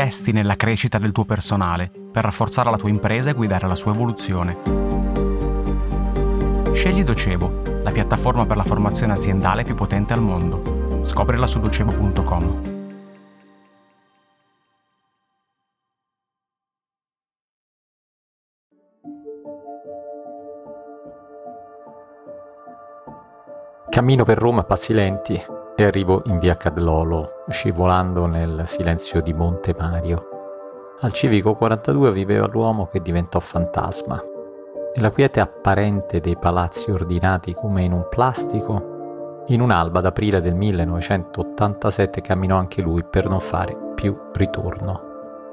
investi nella crescita del tuo personale per rafforzare la tua impresa e guidare la sua evoluzione. Scegli Docebo, la piattaforma per la formazione aziendale più potente al mondo. Scoprila su docebo.com. Cammino per Roma a passi lenti e arrivo in via Cadlolo, scivolando nel silenzio di Monte Mario. Al civico 42 viveva l'uomo che diventò fantasma. Nella quiete apparente dei palazzi ordinati come in un plastico, in un'alba d'aprile del 1987 camminò anche lui per non fare più ritorno.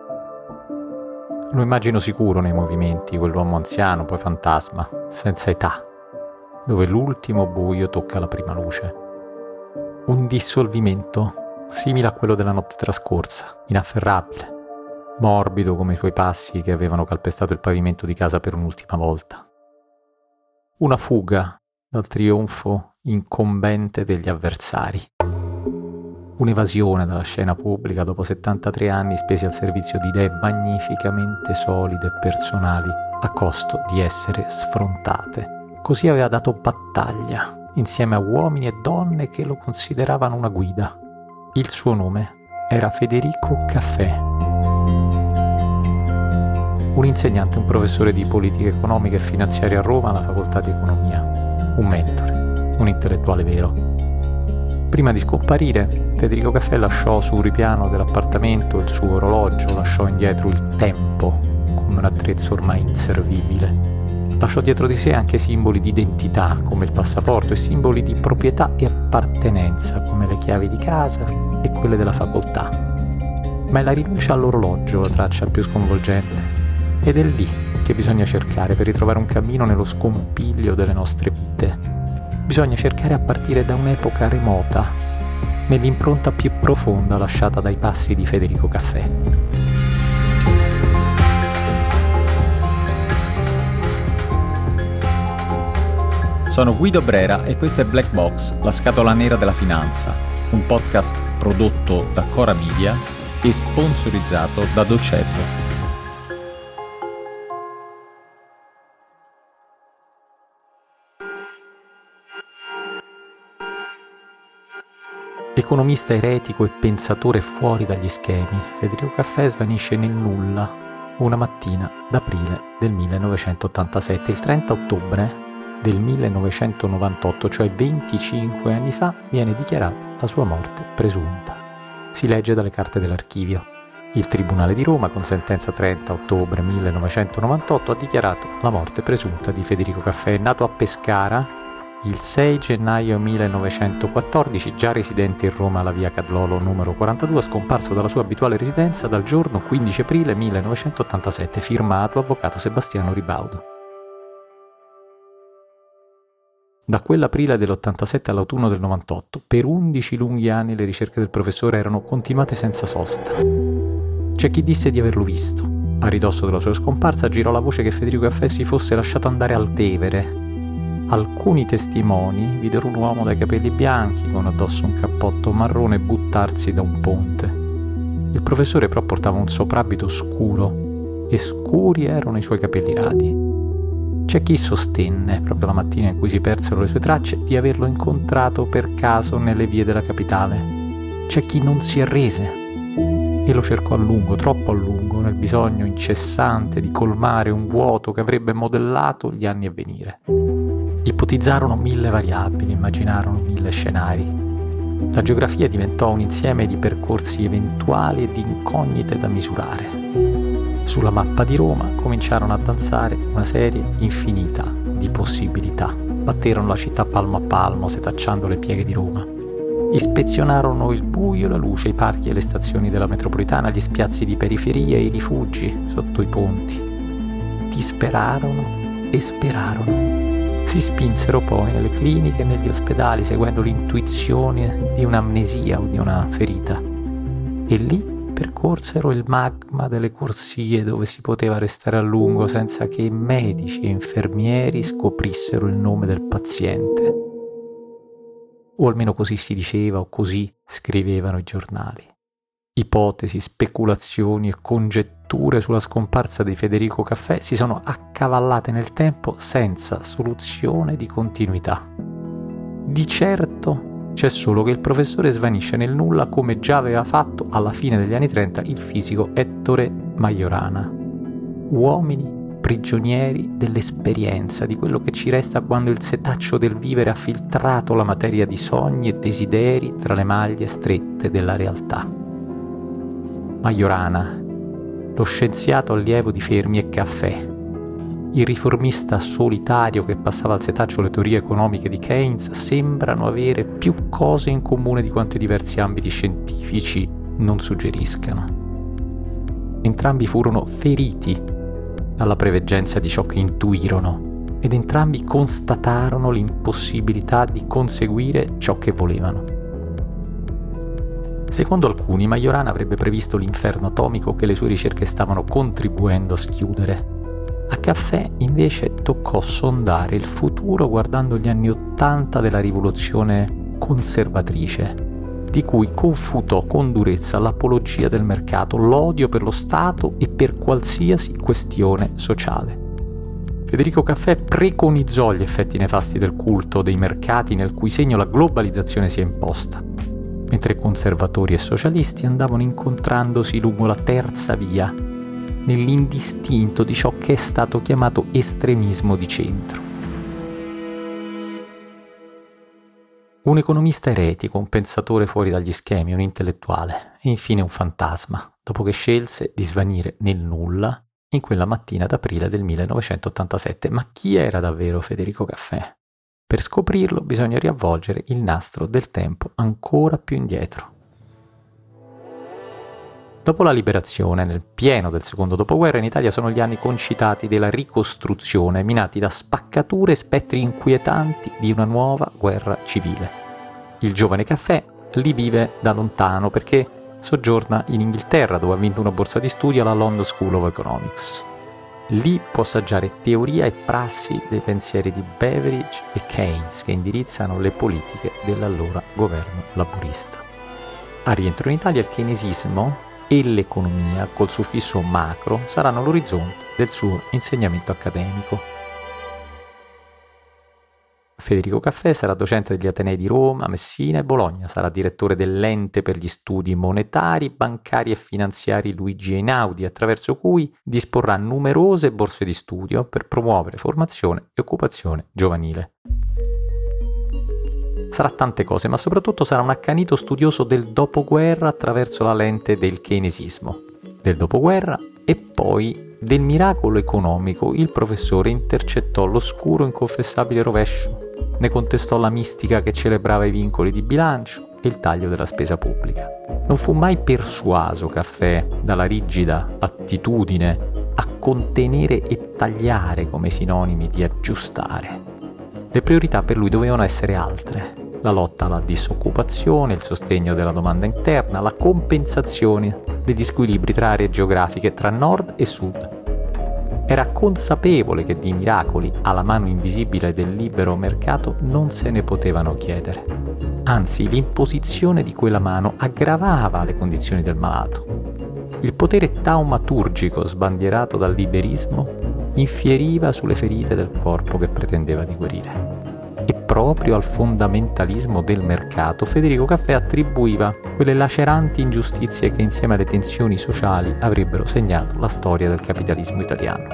Lo immagino sicuro nei movimenti, quell'uomo anziano, poi fantasma, senza età, dove l'ultimo buio tocca la prima luce. Un dissolvimento simile a quello della notte trascorsa, inafferrabile, morbido come i suoi passi che avevano calpestato il pavimento di casa per un'ultima volta. Una fuga dal trionfo incombente degli avversari. Un'evasione dalla scena pubblica dopo 73 anni spesi al servizio di idee magnificamente solide e personali a costo di essere sfrontate. Così aveva dato battaglia insieme a uomini e donne che lo consideravano una guida. Il suo nome era Federico Caffé. Un insegnante, un professore di politica economica e finanziaria a Roma alla facoltà di economia, un mentore, un intellettuale vero. Prima di scomparire, Federico Caffé lasciò sul ripiano dell'appartamento il suo orologio, lasciò indietro il tempo come un attrezzo ormai inservibile. Lasciò dietro di sé anche simboli di identità come il passaporto e simboli di proprietà e appartenenza come le chiavi di casa e quelle della facoltà. Ma è la rinuncia all'orologio la traccia più sconvolgente. Ed è lì che bisogna cercare per ritrovare un cammino nello scompiglio delle nostre vite. Bisogna cercare a partire da un'epoca remota, nell'impronta più profonda lasciata dai passi di Federico Caffé. Sono Guido Brera e questo è Black Box, la scatola nera della finanza, un podcast prodotto da Cora Media e sponsorizzato da Docebo. Economista eretico e pensatore fuori dagli schemi, Federico Caffé svanisce nel nulla una mattina d'aprile del 1987. Il 30 ottobre del 1998, cioè 25 anni fa, viene dichiarata la sua morte presunta. Si legge dalle carte dell'archivio. Il Tribunale di Roma, con sentenza 30 ottobre 1998, ha dichiarato la morte presunta di Federico Caffé, nato a Pescara il 6 gennaio 1914, già residente in Roma alla via Cadlolo numero 42, scomparso dalla sua abituale residenza dal giorno 15 aprile 1987, firmato avvocato Sebastiano Ribaudo. Da quell'aprile dell'87 all'autunno del 98, per 11 lunghi anni le ricerche del professore erano continuate senza sosta. C'è chi disse di averlo visto. A ridosso della sua scomparsa girò la voce che Federico Caffé si fosse lasciato andare al Tevere. Alcuni testimoni videro un uomo dai capelli bianchi con addosso un cappotto marrone buttarsi da un ponte. Il professore però portava un soprabito scuro e scuri erano i suoi capelli radi. C'è chi sostenne, proprio la mattina in cui si persero le sue tracce, di averlo incontrato per caso nelle vie della capitale. C'è chi non si arrese e lo cercò a lungo, troppo a lungo, nel bisogno incessante di colmare un vuoto che avrebbe modellato gli anni a venire. Ipotizzarono 1000 variabili, immaginarono 1000 scenari. La geografia diventò un insieme di percorsi eventuali e di incognite da misurare. Sulla mappa di Roma cominciarono a danzare una serie infinita di possibilità. Batterono la città palmo a palmo, setacciando le pieghe di Roma. Ispezionarono il buio, la luce, i parchi e le stazioni della metropolitana, gli spiazzi di periferia e i rifugi sotto i ponti. Disperarono e sperarono. Si spinsero poi nelle cliniche e negli ospedali seguendo l'intuizione di un'amnesia o di una ferita. E lì percorsero il magma delle corsie dove si poteva restare a lungo senza che medici e infermieri scoprissero il nome del paziente. O almeno così si diceva o così scrivevano i giornali. ipotesi, speculazioni e congetture sulla scomparsa di Federico Caffè si sono accavallate nel tempo senza soluzione di continuità. Di certo c'è solo che il professore svanisce nel nulla come già aveva fatto alla fine degli anni 30 il fisico Ettore Majorana. Uomini prigionieri dell'esperienza, di quello che ci resta quando il setaccio del vivere ha filtrato la materia di sogni e desideri tra le maglie strette della realtà. Majorana, lo scienziato allievo di Fermi e Caffè, il riformista solitario che passava al setaccio le teorie economiche di Keynes, sembrano avere più cose in comune di quanto i diversi ambiti scientifici non suggeriscano. Entrambi furono feriti dalla preveggenza di ciò che intuirono ed entrambi constatarono l'impossibilità di conseguire ciò che volevano. Secondo alcuni, Majorana avrebbe previsto l'inferno atomico che le sue ricerche stavano contribuendo a schiudere. A Caffè invece toccò sondare il futuro guardando gli anni '80 della rivoluzione conservatrice, di cui confutò con durezza l'apologia del mercato, l'odio per lo Stato e per qualsiasi questione sociale. Federico Caffè preconizzò gli effetti nefasti del culto dei mercati nel cui segno la globalizzazione si è imposta, mentre conservatori e socialisti andavano incontrandosi lungo la terza via, nell'indistinto di ciò che è stato chiamato estremismo di centro. Un economista eretico, un pensatore fuori dagli schemi, un intellettuale e infine un fantasma, dopo che scelse di svanire nel nulla in quella mattina d'aprile del 1987. Ma chi era davvero Federico Caffè? Per scoprirlo bisogna riavvolgere il nastro del tempo ancora più indietro. Dopo la liberazione, nel pieno del secondo dopoguerra, in Italia sono gli anni concitati della ricostruzione, minati da spaccature e spettri inquietanti di una nuova guerra civile. Il giovane Caffè li vive da lontano perché soggiorna in Inghilterra, dove ha vinto una borsa di studio alla London School of Economics. Lì può assaggiare teoria e prassi dei pensieri di Beveridge e Keynes, che indirizzano le politiche dell'allora governo laburista. A rientro in Italia il keynesismo e l'economia, col suffisso macro, saranno l'orizzonte del suo insegnamento accademico. Federico Caffè sarà docente degli Atenei di Roma, Messina e Bologna, sarà direttore dell'Ente per gli studi monetari, bancari e finanziari Luigi Einaudi, attraverso cui disporrà numerose borse di studio per promuovere formazione e occupazione giovanile. Sarà tante cose, ma soprattutto sarà un accanito studioso del dopoguerra attraverso la lente del keynesismo. Del dopoguerra e poi del miracolo economico il professore intercettò l'oscuro inconfessabile rovescio, ne contestò la mistica che celebrava i vincoli di bilancio e il taglio della spesa pubblica. Non fu mai persuaso Caffè dalla rigida attitudine a contenere e tagliare come sinonimi di aggiustare. Le priorità per lui dovevano essere altre: la lotta alla disoccupazione, il sostegno della domanda interna, la compensazione degli squilibri tra aree geografiche, tra nord e sud. Era consapevole che di miracoli alla mano invisibile del libero mercato non se ne potevano chiedere. Anzi, l'imposizione di quella mano aggravava le condizioni del malato. Il potere taumaturgico sbandierato dal liberismo infieriva sulle ferite del corpo che pretendeva di guarire. E proprio al fondamentalismo del mercato Federico Caffè attribuiva quelle laceranti ingiustizie che insieme alle tensioni sociali avrebbero segnato la storia del capitalismo italiano.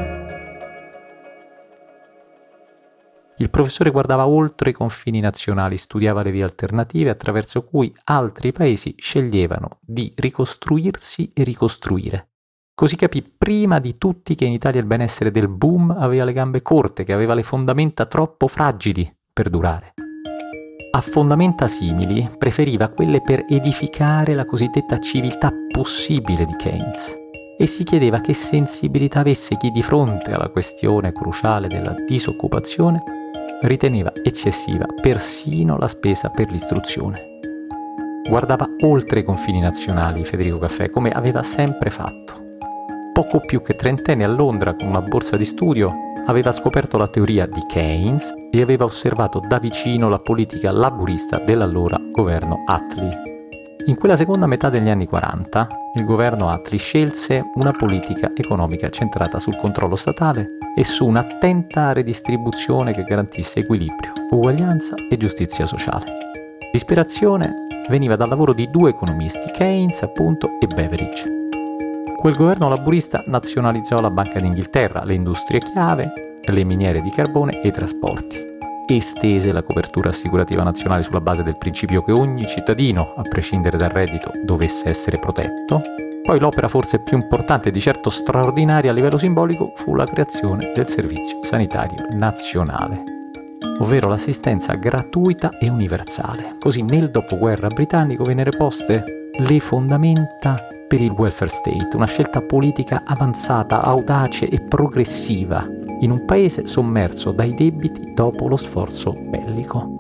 Il professore guardava oltre i confini nazionali, studiava le vie alternative attraverso cui altri paesi sceglievano di ricostruirsi e ricostruire. Così capì prima di tutti che in Italia il benessere del boom aveva le gambe corte, che aveva le fondamenta troppo fragili per durare. A fondamenta simili preferiva quelle per edificare la cosiddetta civiltà possibile di Keynes e si chiedeva che sensibilità avesse chi di fronte alla questione cruciale della disoccupazione riteneva eccessiva persino la spesa per l'istruzione. Guardava oltre i confini nazionali Federico Caffè, come aveva sempre fatto. Poco più che trentenne, a Londra, con una borsa di studio, aveva scoperto la teoria di Keynes e aveva osservato da vicino la politica laburista dell'allora governo Attlee. In quella seconda metà degli anni 40, il governo Attlee scelse una politica economica centrata sul controllo statale e su un'attenta redistribuzione che garantisse equilibrio, uguaglianza e giustizia sociale. L'ispirazione veniva dal lavoro di due economisti, Keynes appunto e Beveridge. Quel governo laburista nazionalizzò la Banca d'Inghilterra, le industrie chiave, le miniere di carbone e i trasporti. Estese la copertura assicurativa nazionale sulla base del principio che ogni cittadino, a prescindere dal reddito, dovesse essere protetto. Poi l'opera forse più importante e di certo straordinaria a livello simbolico fu la creazione del Servizio Sanitario Nazionale, ovvero l'assistenza gratuita e universale. Così nel dopoguerra britannico vennero poste le fondamenta per il welfare state, una scelta politica avanzata, audace e progressiva in un paese sommerso dai debiti dopo lo sforzo bellico.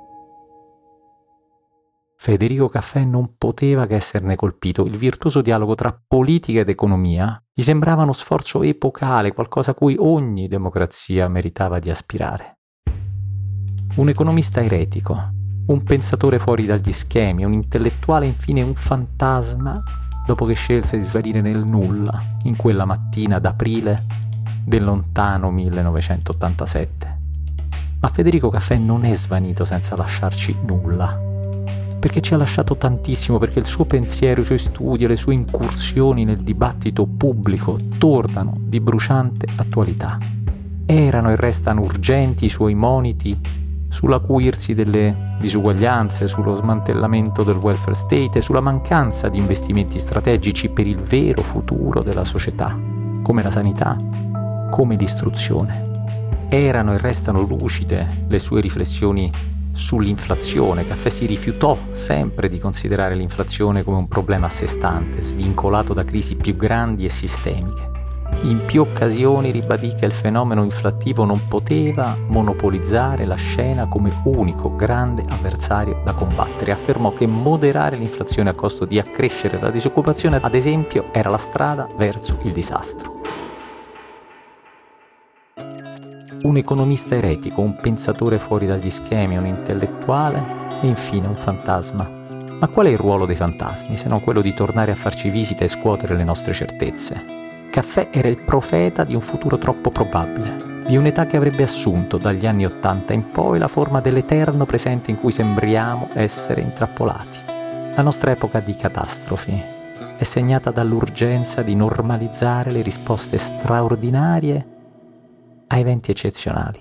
Federico Caffé non poteva che esserne colpito. Il virtuoso dialogo tra politica ed economia gli sembrava uno sforzo epocale, qualcosa a cui ogni democrazia meritava di aspirare. Un economista eretico, un pensatore fuori dagli schemi, un intellettuale, infine un fantasma, dopo che scelse di svanire nel nulla in quella mattina d'aprile del lontano 1987. Ma Federico Caffé non è svanito senza lasciarci nulla, perché ci ha lasciato tantissimo, perché il suo pensiero, i suoi studi e le sue incursioni nel dibattito pubblico tornano di bruciante attualità. Erano e restano urgenti i suoi moniti sull'acuirsi delle disuguaglianze, sullo smantellamento del welfare state e sulla mancanza di investimenti strategici per il vero futuro della società, come la sanità, come l'istruzione. Erano e restano lucide le sue riflessioni sull'inflazione. Caffé si rifiutò sempre di considerare l'inflazione come un problema a sé stante, svincolato da crisi più grandi e sistemiche. In più occasioni ribadì che il fenomeno inflattivo non poteva monopolizzare la scena come unico grande avversario da combattere. Affermò che moderare l'inflazione a costo di accrescere la disoccupazione, ad esempio, era la strada verso il disastro. Un economista eretico, un pensatore fuori dagli schemi, un intellettuale e infine un fantasma. Ma qual è il ruolo dei fantasmi se non quello di tornare a farci visita e scuotere le nostre certezze? Caffé era il profeta di un futuro troppo probabile, di un'età che avrebbe assunto dagli anni '80 in poi la forma dell'eterno presente in cui sembriamo essere intrappolati. La nostra epoca di catastrofi è segnata dall'urgenza di normalizzare le risposte straordinarie a eventi eccezionali.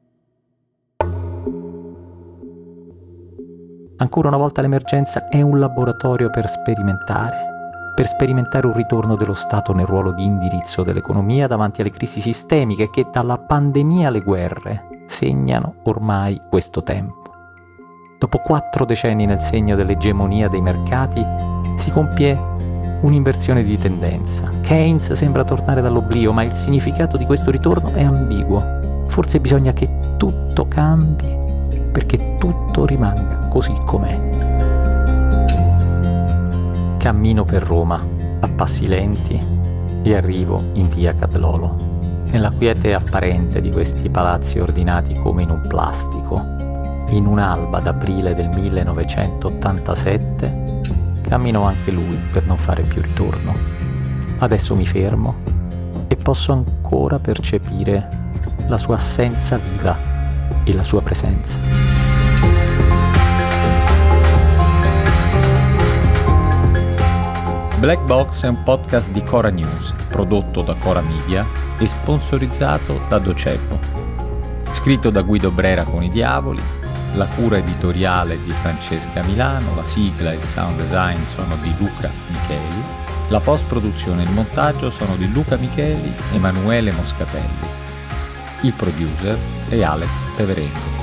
Ancora una volta l'emergenza è un laboratorio per sperimentare un ritorno dello Stato nel ruolo di indirizzo dell'economia davanti alle crisi sistemiche che dalla pandemia alle guerre segnano ormai questo tempo. Dopo 4 decenni nel segno dell'egemonia dei mercati si compie un'inversione di tendenza. Keynes sembra tornare dall'oblio, ma il significato di questo ritorno è ambiguo. Forse bisogna che tutto cambi perché tutto rimanga così com'è. Cammino per Roma, a passi lenti, e arrivo in via Cadlolo. Nella quiete apparente di questi palazzi ordinati come in un plastico, in un'alba d'aprile del 1987, camminò anche lui per non fare più ritorno. Adesso mi fermo e posso ancora percepire la sua assenza viva e la sua presenza. Black Box è un podcast di Cora News, prodotto da Cora Media e sponsorizzato da Docebo. Scritto da Guido Brera con i Diavoli, la cura editoriale di Francesca Milano, la sigla e il sound design sono di Luca Micheli, la post-produzione e il montaggio sono di Luca Micheli e Emanuele Moscatelli. Il producer è Alex Peverengo.